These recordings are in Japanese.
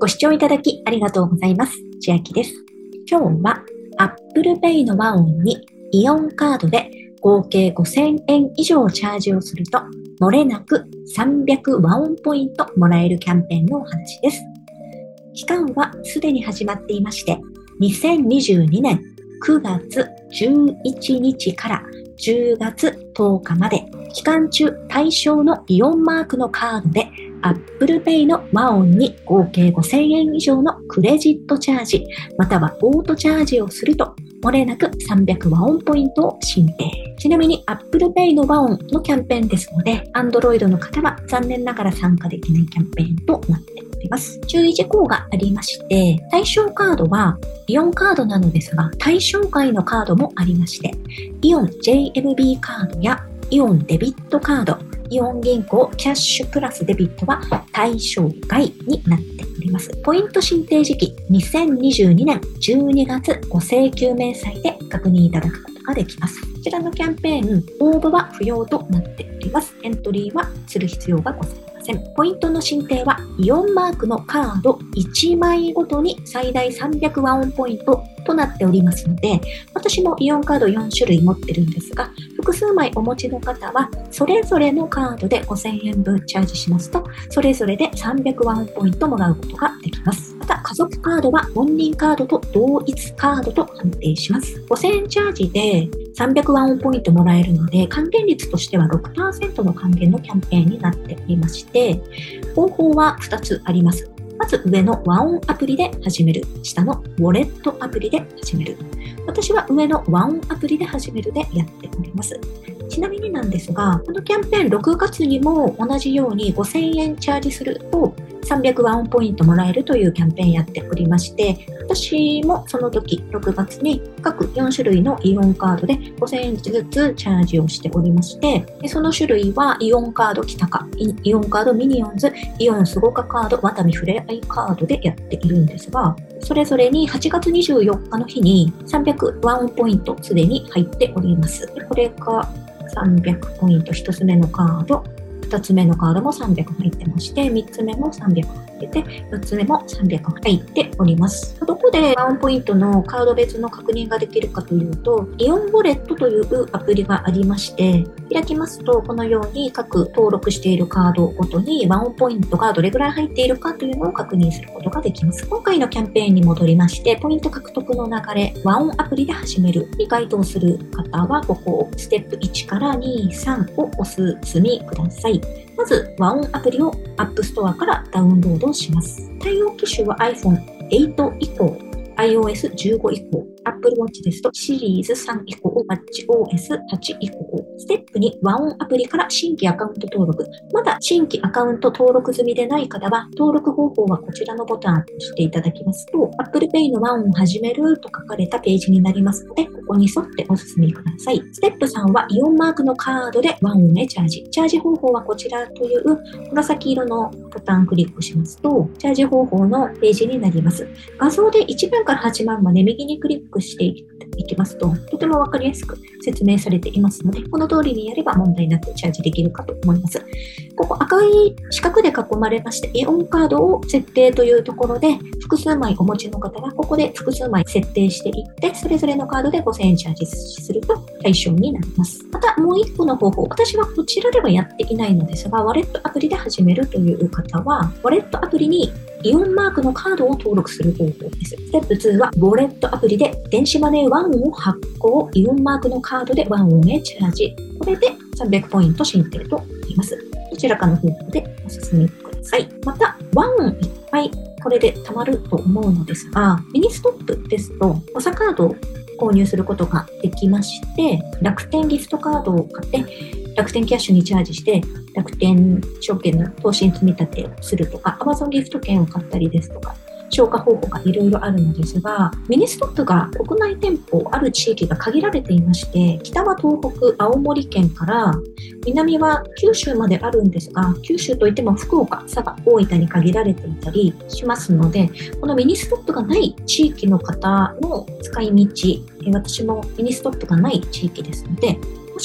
ご視聴いただきありがとうございます。千秋です。今日は Apple Pay の和音にイオンカードで合計5000円以上チャージをすると、漏れなく300和音ポイントもらえるキャンペーンのお話です。期間はすでに始まっていまして、2022年9月11日から10月10日まで、期間中対象のイオンマークのカードでApple Pay の和音に合計5000円以上のクレジットチャージ、またはオートチャージをすると、漏れなく300和音ポイントを申請。ちなみに Apple Pay の和音のキャンペーンですので、Android の方は残念ながら参加できないキャンペーンとなっております。注意事項がありまして、対象カードはイオンカードなのですが、対象外のカードもありまして、イオン JMB カードやイオンデビットカード、イオン銀行キャッシュプラスデビットは対象外になっております。ポイント申請時期2022年12月ご請求明細で確認いただくことができます。こちらのキャンペーン、応募は不要となっております。エントリーはする必要がございません。ポイントの申請はイオンマークのカード1枚ごとに最大300和音ポイントとなっておりますので、私もイオンカード4種類持ってるんですが、複数枚お持ちの方はそれぞれのカードで5000円分チャージしますと、それぞれで300和音ポイントもらうことができます。また家族カードは本人カードと同一カードと判定します。5000円チャージで300和音ポイントもらえるので、還元率としては 6% の還元のキャンペーンになっておりまして、方法は2つあります。まず上の和音アプリで始める。下のウォレットアプリで始める。私は上の和音アプリで始めるでやっております。ちなみになんですが、このキャンペーン6月にも同じように5000円チャージすると300和音ポイントもらえるというキャンペーンやっておりまして、私もその時6月に各4種類のイオンカードで5000円ずつチャージをしておりまして、その種類はイオンカード北か、イオンカードミニオンズ、イオンスゴカカード、ワタミフレアイカードでやっているんですが、それぞれに8月24日の日に300和音ポイントすでに入っております。これが300ポイント、1つ目のカード、2つ目のカードも300入ってまして、3つ目も300入ってて、4つ目も300入っております。どこでワンポイントのカード別の確認ができるかというと、イオンウォレットというアプリがありまして、開きますとこのように各登録しているカードごとにワンポイントがどれぐらい入っているかというのを確認することができます。今回のキャンペーンに戻りまして、ポイント獲得の流れ、ワンアプリで始めるに該当する方は、ここステップ1から2、3をお進みください。まず、和音アプリを App Store からダウンロードします。対応機種は iPhone8 以降、iOS15 以降、Apple Watch ですとシリーズ3以降、WatchOS8 以降、ステップ2、和音アプリから新規アカウント登録。まだ新規アカウント登録済みでない方は、登録方法はこちらのボタンを押していただきますと、Apple Pay の和音を始めると書かれたページになりますので、ここに沿ってお進みください。ステップ3はイオンマークのカードで和音へチャージ。チャージ方法はこちらという紫色のボタンをクリックしますと、チャージ方法のページになります。画像で1番から8番まで右にクリックしていきますと、とてもわかりやすく説明されていますので、この通りにやれば問題なくチャージできるかと思います。ここ赤い四角で囲まれまして、イオンカードを設定というところで、複数枚お持ちの方はここで複数枚設定していって、それぞれのカードで5000円チャージすると対象になります。またもう一個の方法、私はこちらではやっていないのですが、ウォレットアプリで始めるという方は、ウォレットアプリにイオンマークのカードを登録する方法です。ステップ2は、ウォレットアプリで電子マネーワンを発行、イオンマークのカードでワンへチャージ。これで300ポイント申請となります。どちらかの方法でお進みください。また、ワンいっぱいこれで貯まると思うのですが、ミニストップですと、補佐カードを購入することができまして、楽天ギフトカードを買って、楽天キャッシュにチャージして、楽天証券の投資積み立てをするとか、Amazon ギフト券を買ったりですとか、消化方法がいろいろあるのですが、ミニストップが国内店舗ある地域が限られていまして、北は東北、青森県から南は九州まであるんですが、九州といっても福岡、佐賀、大分に限られていたりしますので、このミニストップがない地域の方の使い道、私もミニストップがない地域ですので、もし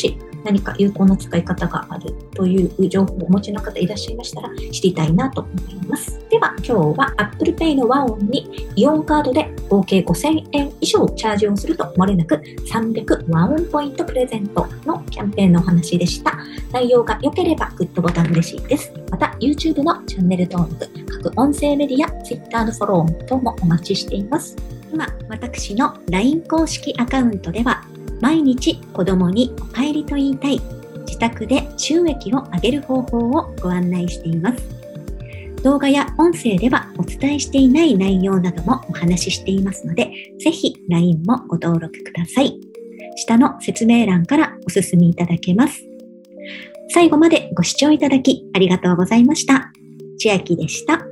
何か有効な使い方があるという情報をお持ちの方いらっしゃいましたら知りたいなと思います。では今日は Apple Pay の和音にイオンカードで合計5000円以上チャージをすると漏れなく300和音ポイントプレゼントのキャンペーンのお話でした。内容が良ければグッドボタン嬉しいです。また YouTube のチャンネル登録、各音声メディア、Twitter のフォロー等もお待ちしています。今、私の LINE 公式アカウントでは毎日子供にお帰りと言いたい、自宅で収益を上げる方法をご案内しています。動画や音声ではお伝えしていない内容などもお話ししていますので、ぜひ LINE もご登録ください。下の説明欄からお進みいただけます。最後までご視聴いただきありがとうございました。千秋でした。